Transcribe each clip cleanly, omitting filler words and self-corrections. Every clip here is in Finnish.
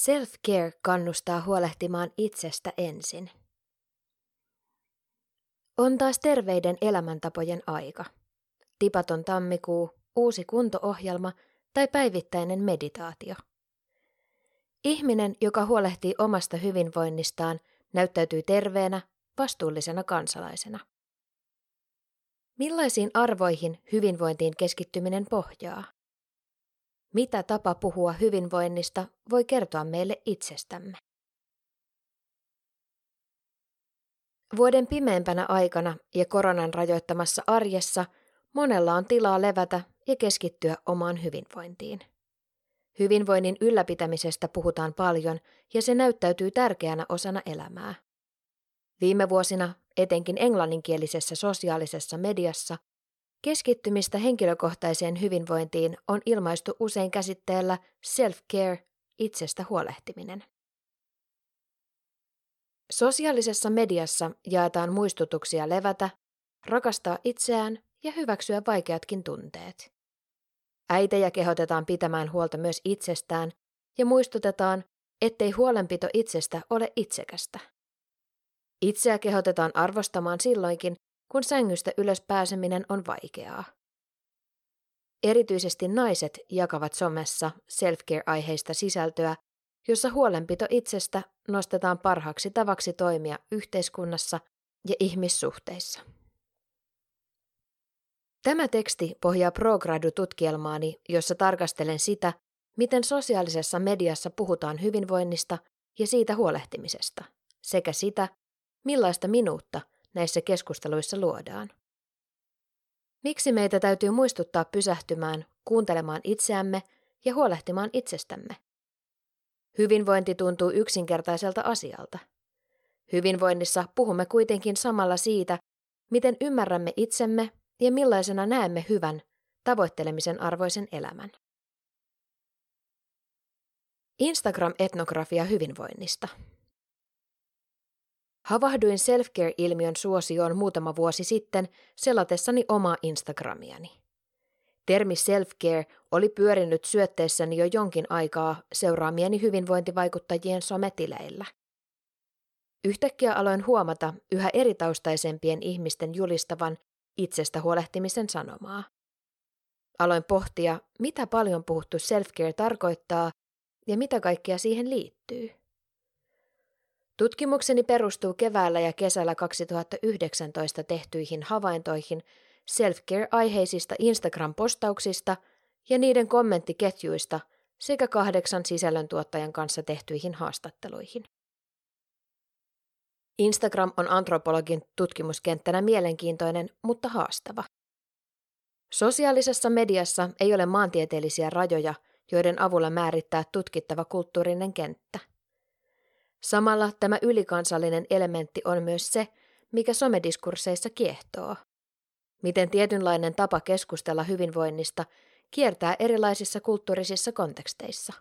Self-care kannustaa huolehtimaan itsestä ensin. On taas terveiden elämäntapojen aika. Tipaton tammikuu, uusi kunto-ohjelma tai päivittäinen meditaatio. Ihminen, joka huolehtii omasta hyvinvoinnistaan, näyttäytyy terveenä, vastuullisena kansalaisena. Millaisiin arvoihin hyvinvointiin keskittyminen pohjaa? Mitä tapa puhua hyvinvoinnista voi kertoa meille itsestämme? Vuoden pimeimpänä aikana ja koronan rajoittamassa arjessa monella on tilaa levätä ja keskittyä omaan hyvinvointiin. Hyvinvoinnin ylläpitämisestä puhutaan paljon ja se näyttäytyy tärkeänä osana elämää. Viime vuosina, etenkin englanninkielisessä sosiaalisessa mediassa, keskittymistä henkilökohtaiseen hyvinvointiin on ilmaistu usein käsitteellä self-care, itsestä huolehtiminen. Sosiaalisessa mediassa jaetaan muistutuksia levätä, rakastaa itseään ja hyväksyä vaikeatkin tunteet. Äitejä kehotetaan pitämään huolta myös itsestään ja muistutetaan, ettei huolenpito itsestä ole itsekästä. Itseä kehotetaan arvostamaan silloinkin, kun sängystä ylös pääseminen on vaikeaa. Erityisesti naiset jakavat somessa self-care-aiheista sisältöä, jossa huolenpito itsestä nostetaan parhaaksi tavaksi toimia yhteiskunnassa ja ihmissuhteissa. Tämä teksti pohjaa ProGradu-tutkielmaani, jossa tarkastelen sitä, miten sosiaalisessa mediassa puhutaan hyvinvoinnista ja siitä huolehtimisesta, sekä sitä, millaista minuutta näissä keskusteluissa luodaan. Miksi meitä täytyy muistuttaa pysähtymään, kuuntelemaan itseämme ja huolehtimaan itsestämme? Hyvinvointi tuntuu yksinkertaiselta asialta. Hyvinvoinnissa puhumme kuitenkin samalla siitä, miten ymmärrämme itsemme ja millaisena näemme hyvän, tavoittelemisen arvoisen elämän. Instagram-etnografia hyvinvoinnista. Havahduin self-care-ilmiön suosioon muutama vuosi sitten selatessani omaa Instagramiani. Termi self-care oli pyörinyt syötteessäni jo jonkin aikaa seuraamieni hyvinvointivaikuttajien sometileillä. Yhtäkkiä aloin huomata yhä eritaustaisempien ihmisten julistavan itsestä huolehtimisen sanomaa. Aloin pohtia, mitä paljon puhuttu self-care tarkoittaa ja mitä kaikkea siihen liittyy. Tutkimukseni perustuu keväällä ja kesällä 2019 tehtyihin havaintoihin self-care-aiheisista Instagram-postauksista ja niiden kommenttiketjuista sekä 8 sisällöntuottajan kanssa tehtyihin haastatteluihin. Instagram on antropologin tutkimuskenttänä mielenkiintoinen, mutta haastava. Sosiaalisessa mediassa ei ole maantieteellisiä rajoja, joiden avulla määrittää tutkittava kulttuurinen kenttä. Samalla tämä ylikansallinen elementti on myös se, mikä somediskursseissa kiehtoo. Miten tietynlainen tapa keskustella hyvinvoinnista kiertää erilaisissa kulttuurisissa konteksteissa.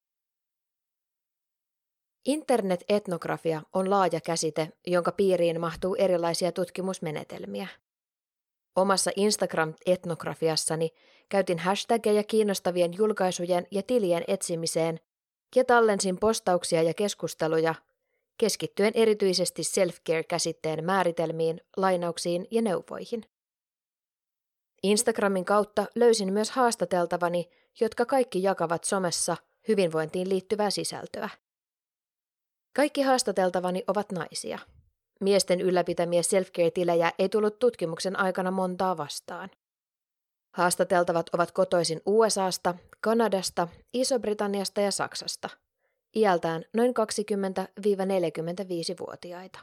Internet-etnografia on laaja käsite, jonka piiriin mahtuu erilaisia tutkimusmenetelmiä. Omassa Instagram-etnografiassani käytin hashtageja kiinnostavien julkaisujen ja tilien etsimiseen ja tallensin postauksia ja keskusteluja, keskittyen erityisesti self-care-käsitteen määritelmiin, lainauksiin ja neuvoihin. Instagramin kautta löysin myös haastateltavani, jotka kaikki jakavat somessa hyvinvointiin liittyvää sisältöä. Kaikki haastateltavani ovat naisia. Miesten ylläpitämiä self-care-tilejä ei tullut tutkimuksen aikana montaa vastaan. Haastateltavat ovat kotoisin USAsta, Kanadasta, Iso-Britanniasta ja Saksasta, iältään noin 20–45-vuotiaita.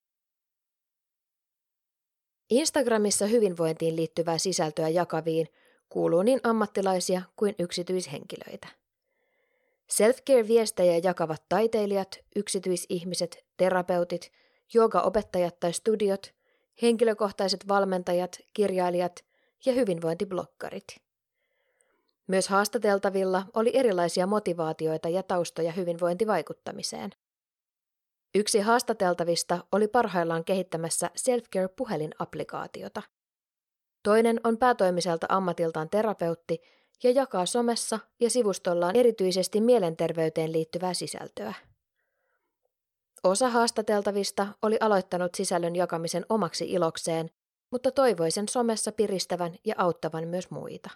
Instagramissa hyvinvointiin liittyvää sisältöä jakaviin kuuluu niin ammattilaisia kuin yksityishenkilöitä. Self-care-viestejä jakavat taiteilijat, yksityisihmiset, terapeutit, joogaopettajat tai studiot, henkilökohtaiset valmentajat, kirjailijat ja hyvinvointibloggarit. Myös haastateltavilla oli erilaisia motivaatioita ja taustoja hyvinvointivaikuttamiseen. Yksi haastateltavista oli parhaillaan kehittämässä Self-Care-puhelin-applikaatiota. Toinen on päätoimiselta ammatiltaan terapeutti ja jakaa somessa ja sivustollaan erityisesti mielenterveyteen liittyvää sisältöä. Osa haastateltavista oli aloittanut sisällön jakamisen omaksi ilokseen, mutta toivoi sen somessa piristävän ja auttavan myös muita.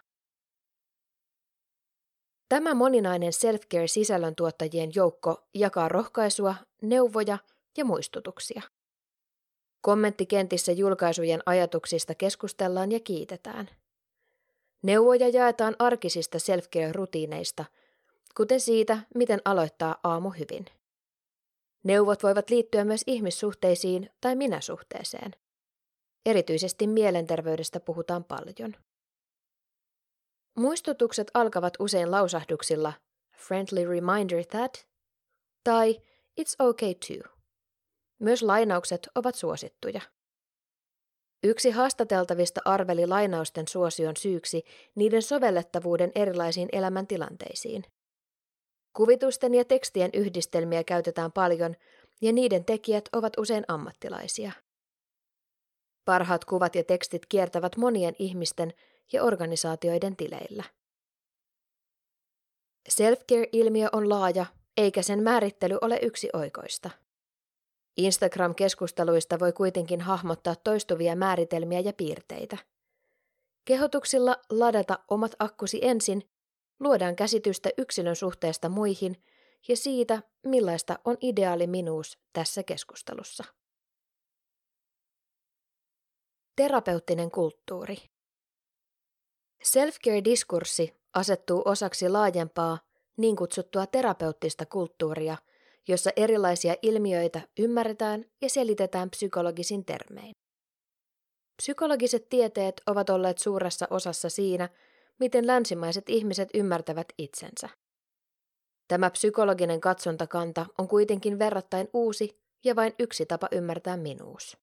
Tämä moninainen self-care-sisällöntuottajien joukko jakaa rohkaisua, neuvoja ja muistutuksia. Kommenttikentissä julkaisujen ajatuksista keskustellaan ja kiitetään. Neuvoja jaetaan arkisista self-care-rutiineista, kuten siitä, miten aloittaa aamu hyvin. Neuvot voivat liittyä myös ihmissuhteisiin tai minäsuhteeseen. Erityisesti mielenterveydestä puhutaan paljon. Muistutukset alkavat usein lausahduksilla "friendly reminder that" tai "it's okay too". Myös lainaukset ovat suosittuja. Yksi haastateltavista arveli lainausten suosion syyksi niiden sovellettavuuden erilaisiin elämäntilanteisiin. Kuvitusten ja tekstien yhdistelmiä käytetään paljon ja niiden tekijät ovat usein ammattilaisia. Parhaat kuvat ja tekstit kiertävät monien ihmisten ja organisaatioiden tileillä. Self-care-ilmiö on laaja, eikä sen määrittely ole yksioikoista. Instagram-keskusteluista voi kuitenkin hahmottaa toistuvia määritelmiä ja piirteitä. Kehotuksilla ladata omat akkusi ensin luodaan käsitystä yksilön suhteesta muihin ja siitä, millaista on ideaali minuus tässä keskustelussa. Terapeuttinen kulttuuri. Self-care-diskurssi asettuu osaksi laajempaa, niin kutsuttua terapeuttista kulttuuria, jossa erilaisia ilmiöitä ymmärretään ja selitetään psykologisin termein. Psykologiset tieteet ovat olleet suuressa osassa siinä, miten länsimaiset ihmiset ymmärtävät itsensä. Tämä psykologinen katsontakanta on kuitenkin verrattain uusi ja vain yksi tapa ymmärtää minuus.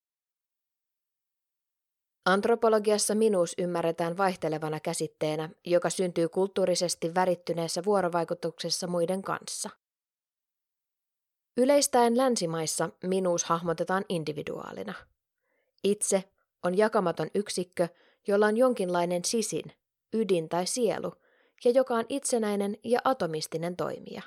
Antropologiassa minuus ymmärretään vaihtelevana käsitteenä, joka syntyy kulttuurisesti värittyneessä vuorovaikutuksessa muiden kanssa. Yleistäen länsimaissa minuus hahmotetaan individuaalina. Itse on jakamaton yksikkö, jolla on jonkinlainen sisin, ydin tai sielu, ja joka on itsenäinen ja atomistinen toimija.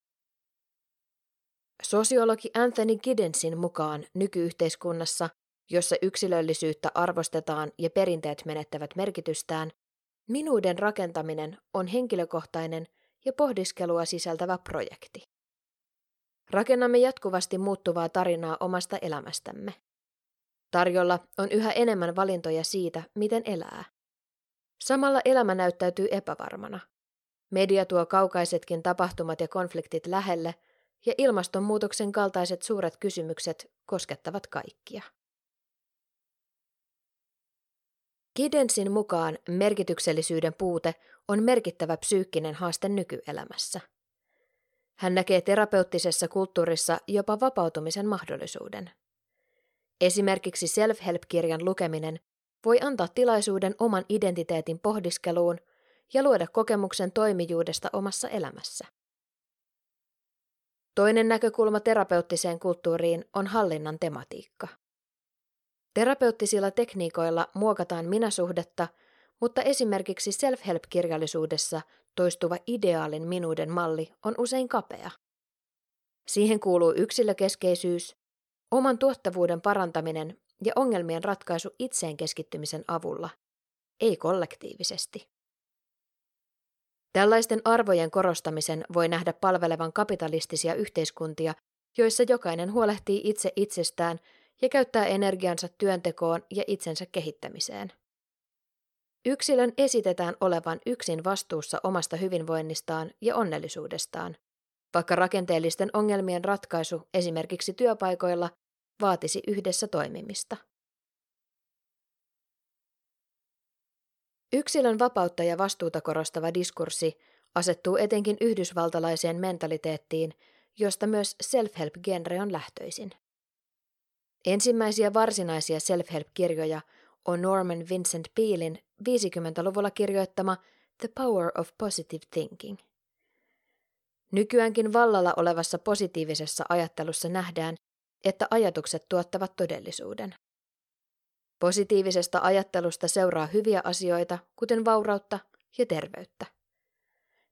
Sosiologi Anthony Giddensin mukaan nykyyhteiskunnassa, jossa yksilöllisyyttä arvostetaan ja perinteet menettävät merkitystään, minuuden rakentaminen on henkilökohtainen ja pohdiskelua sisältävä projekti. Rakennamme jatkuvasti muuttuvaa tarinaa omasta elämästämme. Tarjolla on yhä enemmän valintoja siitä, miten elää. Samalla elämä näyttäytyy epävarmana. Media tuo kaukaisetkin tapahtumat ja konfliktit lähelle, ja ilmastonmuutoksen kaltaiset suuret kysymykset koskettavat kaikkia. Giddensin mukaan merkityksellisyyden puute on merkittävä psyykkinen haaste nykyelämässä. Hän näkee terapeuttisessa kulttuurissa jopa vapautumisen mahdollisuuden. Esimerkiksi self-help-kirjan lukeminen voi antaa tilaisuuden oman identiteetin pohdiskeluun ja luoda kokemuksen toimijuudesta omassa elämässä. Toinen näkökulma terapeuttiseen kulttuuriin on hallinnan tematiikka. Terapeuttisilla tekniikoilla muokataan minäsuhdetta, mutta esimerkiksi self-help-kirjallisuudessa toistuva ideaalin minuuden malli on usein kapea. Siihen kuuluu yksilökeskeisyys, oman tuottavuuden parantaminen ja ongelmien ratkaisu itseen keskittymisen avulla, ei kollektiivisesti. Tällaisten arvojen korostamisen voi nähdä palvelevan kapitalistisia yhteiskuntia, joissa jokainen huolehtii itse itsestään ja käyttää energiansa työntekoon ja itsensä kehittämiseen. Yksilön esitetään olevan yksin vastuussa omasta hyvinvoinnistaan ja onnellisuudestaan, vaikka rakenteellisten ongelmien ratkaisu esimerkiksi työpaikoilla vaatisi yhdessä toimimista. Yksilön vapautta ja vastuuta korostava diskurssi asettuu etenkin yhdysvaltalaiseen mentaliteettiin, josta myös self-help-genre on lähtöisin. Ensimmäisiä varsinaisia self-help-kirjoja on Norman Vincent Pealein 50-luvulla kirjoittama The Power of Positive Thinking. Nykyäänkin vallalla olevassa positiivisessa ajattelussa nähdään, että ajatukset tuottavat todellisuuden. Positiivisesta ajattelusta seuraa hyviä asioita, kuten vaurautta ja terveyttä.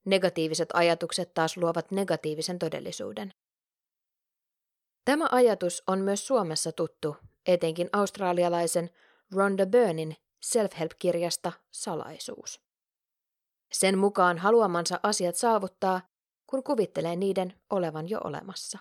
Negatiiviset ajatukset taas luovat negatiivisen todellisuuden. Tämä ajatus on myös Suomessa tuttu, etenkin australialaisen Rhonda Byrnin self-help-kirjasta Salaisuus. Sen mukaan haluamansa asiat saavuttaa, kun kuvittelee niiden olevan jo olemassa.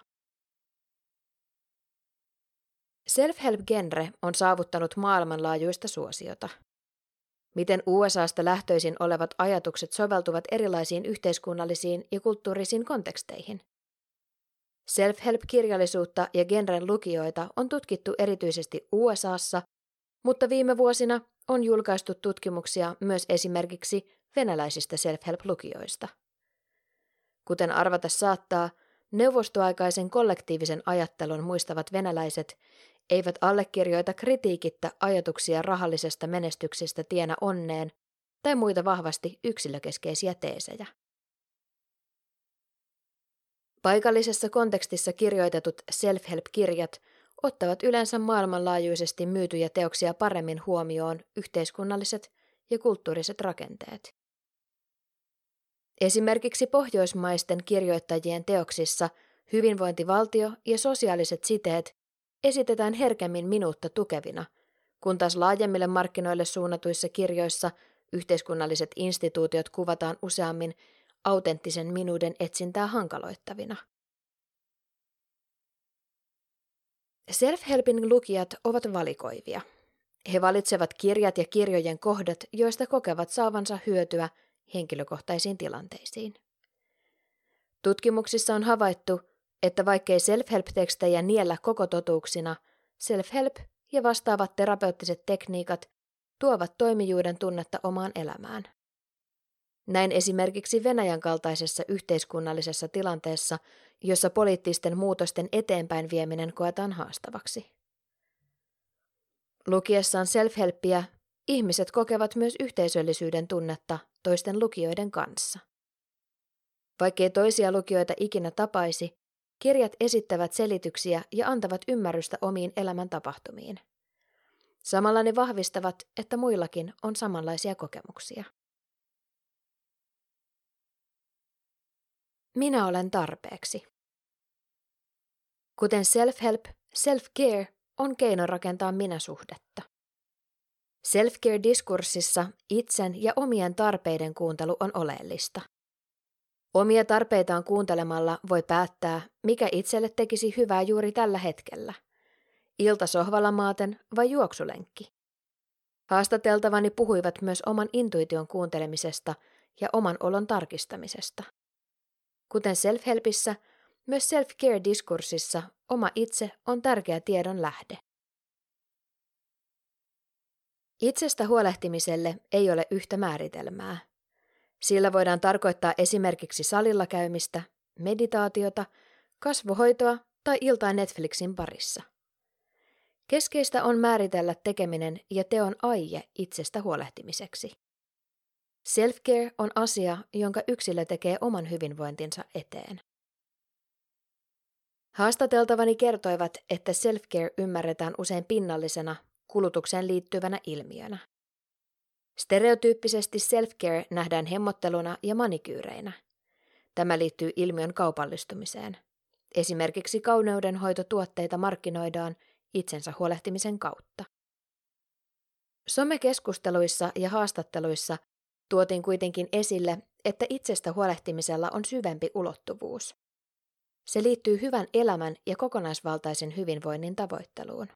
Self-help-genre on saavuttanut maailmanlaajuista suosiota. Miten USAsta lähtöisin olevat ajatukset soveltuvat erilaisiin yhteiskunnallisiin ja kulttuurisiin konteksteihin? Self-help-kirjallisuutta ja genren lukijoita on tutkittu erityisesti USAssa, mutta viime vuosina on julkaistu tutkimuksia myös esimerkiksi venäläisistä self-help-lukijoista. Kuten arvata saattaa, neuvostoaikaisen kollektiivisen ajattelun muistavat venäläiset eivät allekirjoita kritiikittä ajatuksia rahallisesta menestyksestä tienä onneen tai muita vahvasti yksilökeskeisiä teesejä. Paikallisessa kontekstissa kirjoitetut self-help-kirjat ottavat yleensä maailmanlaajuisesti myytyjä teoksia paremmin huomioon yhteiskunnalliset ja kulttuuriset rakenteet. Esimerkiksi pohjoismaisten kirjoittajien teoksissa hyvinvointivaltio ja sosiaaliset siteet esitetään herkemmin minuutta tukevina, kun taas laajemmille markkinoille suunnatuissa kirjoissa yhteiskunnalliset instituutiot kuvataan useammin autenttisen minuuden etsintää hankaloittavina. Self-helpin lukijat ovat valikoivia. He valitsevat kirjat ja kirjojen kohdat, joista kokevat saavansa hyötyä henkilökohtaisiin tilanteisiin. Tutkimuksissa on havaittu, että vaikkei self-help-tekstejä niellä koko totuuksina, self-help ja vastaavat terapeuttiset tekniikat tuovat toimijuuden tunnetta omaan elämään. Näin esimerkiksi Venäjän kaltaisessa yhteiskunnallisessa tilanteessa, jossa poliittisten muutosten eteenpäin vieminen koetaan haastavaksi. Lukiessaan self-helppiä ihmiset kokevat myös yhteisöllisyyden tunnetta toisten lukijoiden kanssa. Vaikkei toisia lukijoita ikinä tapaisi, kirjat esittävät selityksiä ja antavat ymmärrystä omiin elämän tapahtumiin. Samalla ne vahvistavat, että muillakin on samanlaisia kokemuksia. Minä olen tarpeeksi. Kuten self-help, self-care on keino rakentaa minäsuhdetta. Self-care-diskurssissa itsen ja omien tarpeiden kuuntelu on oleellista. Omia tarpeitaan kuuntelemalla voi päättää, mikä itselle tekisi hyvää juuri tällä hetkellä. Ilta sohvalla maaten vai juoksulenkki. Haastateltavani puhuivat myös oman intuition kuuntelemisesta ja oman olon tarkistamisesta. Kuten self-helpissä, myös self-care-diskurssissa oma itse on tärkeä tiedon lähde. Itsestä huolehtimiselle ei ole yhtä määritelmää. Sillä voidaan tarkoittaa esimerkiksi salilla käymistä, meditaatiota, kasvohoitoa tai iltaa Netflixin parissa. Keskeistä on määritellä tekeminen ja teon aie itsestä huolehtimiseksi. Self-care on asia, jonka yksilö tekee oman hyvinvointinsa eteen. Haastateltavani kertoivat, että self-care ymmärretään usein pinnallisena, kulutukseen liittyvänä ilmiönä. Stereotyyppisesti self-care nähdään hemmotteluna ja manikyyreinä. Tämä liittyy ilmiön kaupallistumiseen. Esimerkiksi kauneudenhoitotuotteita markkinoidaan itsensä huolehtimisen kautta. Somekeskusteluissa ja haastatteluissa tuotiin kuitenkin esille, että itsestä huolehtimisella on syvempi ulottuvuus. Se liittyy hyvän elämän ja kokonaisvaltaisen hyvinvoinnin tavoitteluun.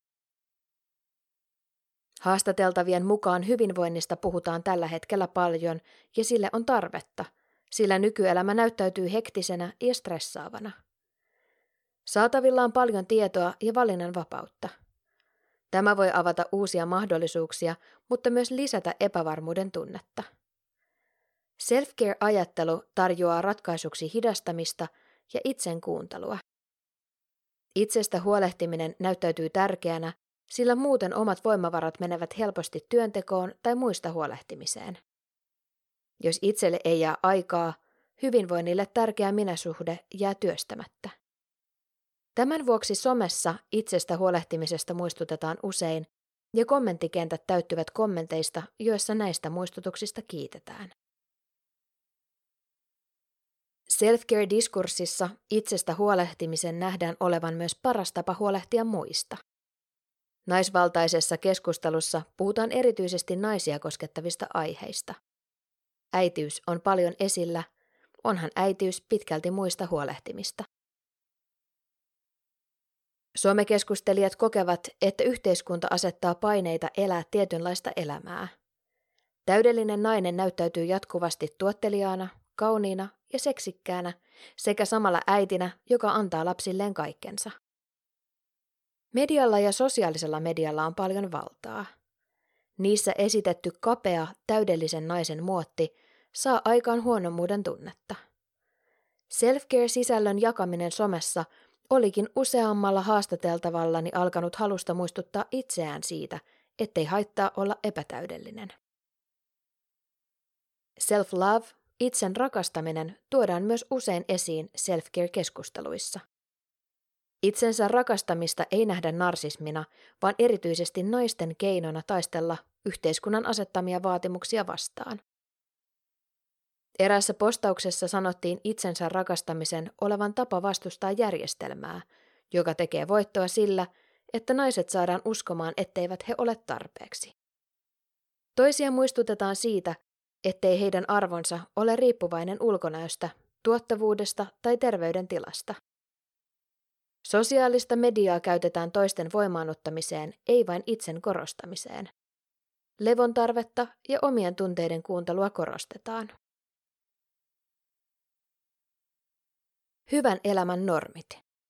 Haastateltavien mukaan hyvinvoinnista puhutaan tällä hetkellä paljon ja sille on tarvetta, sillä nykyelämä näyttäytyy hektisenä ja stressaavana. Saatavilla on paljon tietoa ja valinnanvapautta. Tämä voi avata uusia mahdollisuuksia, mutta myös lisätä epävarmuuden tunnetta. Self-care-ajattelu tarjoaa ratkaisuksi hidastamista ja itsen kuuntelua. Itsestä huolehtiminen näyttäytyy tärkeänä, sillä muuten omat voimavarat menevät helposti työntekoon tai muista huolehtimiseen. Jos itselle ei jää aikaa, hyvinvoinnille tärkeä minäsuhde jää työstämättä. Tämän vuoksi somessa itsestä huolehtimisesta muistutetaan usein, ja kommenttikentät täyttyvät kommenteista, joissa näistä muistutuksista kiitetään. Self-care-diskurssissa itsestä huolehtimisen nähdään olevan myös paras tapa huolehtia muista. Naisvaltaisessa keskustelussa puhutaan erityisesti naisia koskettavista aiheista. Äitiys on paljon esillä, onhan äitiys pitkälti muista huolehtimista. Somekeskustelijat kokevat, että yhteiskunta asettaa paineita elää tietynlaista elämää. Täydellinen nainen näyttäytyy jatkuvasti tuotteliaana, kauniina ja seksikkäänä sekä samalla äitinä, joka antaa lapsilleen kaikkensa. Medialla ja sosiaalisella medialla on paljon valtaa. Niissä esitetty kapea, täydellisen naisen muotti saa aikaan huonommuuden tunnetta. Self-care-sisällön jakaminen somessa olikin useammalla haastateltavallani alkanut halusta muistuttaa itseään siitä, ettei haittaa olla epätäydellinen. Self-love, itsen rakastaminen, tuodaan myös usein esiin self-care-keskusteluissa. Itsensä rakastamista ei nähdä narsismina, vaan erityisesti naisten keinona taistella yhteiskunnan asettamia vaatimuksia vastaan. Eräässä postauksessa sanottiin itsensä rakastamisen olevan tapa vastustaa järjestelmää, joka tekee voittoa sillä, että naiset saadaan uskomaan, etteivät he ole tarpeeksi. Toisia muistutetaan siitä, ettei heidän arvonsa ole riippuvainen ulkonäöstä, tuottavuudesta tai terveydentilasta. Sosiaalista mediaa käytetään toisten voimaannuttamiseen, ei vain itsen korostamiseen. Levon tarvetta ja omien tunteiden kuuntelua korostetaan. Hyvän elämän normit.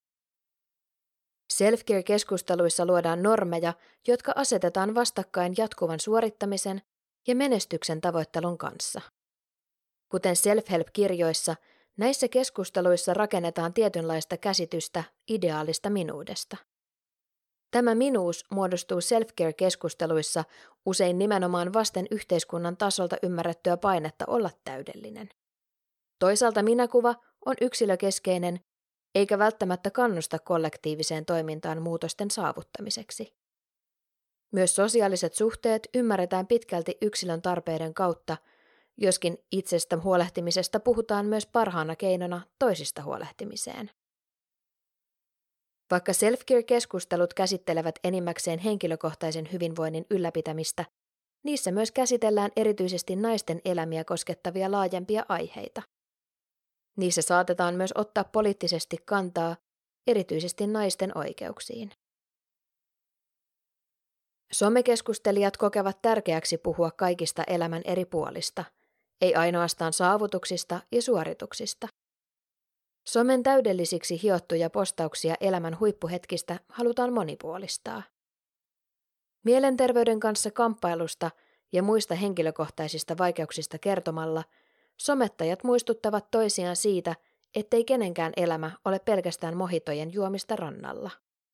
Self-care-keskusteluissa luodaan normeja, jotka asetetaan vastakkain jatkuvan suorittamisen ja menestyksen tavoittelun kanssa. Kuten self-help-kirjoissa, näissä keskusteluissa rakennetaan tietynlaista käsitystä ideaalista minuudesta. Tämä minuus muodostuu self-care-keskusteluissa usein nimenomaan vasten yhteiskunnan tasolta ymmärrettyä painetta olla täydellinen. Toisaalta minäkuva on yksilökeskeinen, eikä välttämättä kannusta kollektiiviseen toimintaan muutosten saavuttamiseksi. Myös sosiaaliset suhteet ymmärretään pitkälti yksilön tarpeiden kautta, joskin itsestä huolehtimisesta puhutaan myös parhaana keinona toisista huolehtimiseen. Vaikka self-care-keskustelut käsittelevät enimmäkseen henkilökohtaisen hyvinvoinnin ylläpitämistä, niissä myös käsitellään erityisesti naisten elämiä koskettavia laajempia aiheita. Niissä saatetaan myös ottaa poliittisesti kantaa, erityisesti naisten oikeuksiin. Somekeskustelijat kokevat tärkeäksi puhua kaikista elämän eri puolista, ei ainoastaan saavutuksista ja suorituksista. Somen täydellisiksi hiottuja postauksia elämän huippuhetkistä halutaan monipuolistaa. Mielenterveyden kanssa kamppailusta ja muista henkilökohtaisista vaikeuksista kertomalla somettajat muistuttavat toisiaan siitä, ettei kenenkään elämä ole pelkästään mohitojen juomista rannalla.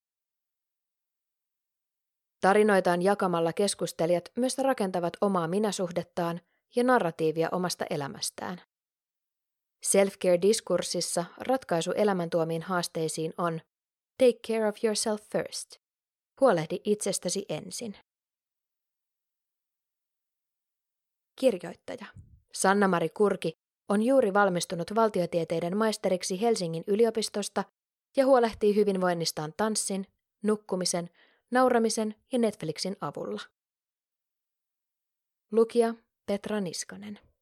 Tarinoitaan jakamalla keskustelijat myös rakentavat omaa minäsuhdettaan ja narratiivia omasta elämästään. Self-care-diskurssissa ratkaisu elämäntuomiin haasteisiin on take care of yourself first. Huolehdi itsestäsi ensin. Kirjoittaja Sanna-Mari Kurki on juuri valmistunut valtiotieteiden maisteriksi Helsingin yliopistosta ja huolehtii hyvinvoinnistaan tanssin, nukkumisen, nauramisen ja Netflixin avulla. Lukija Petra Niskanen.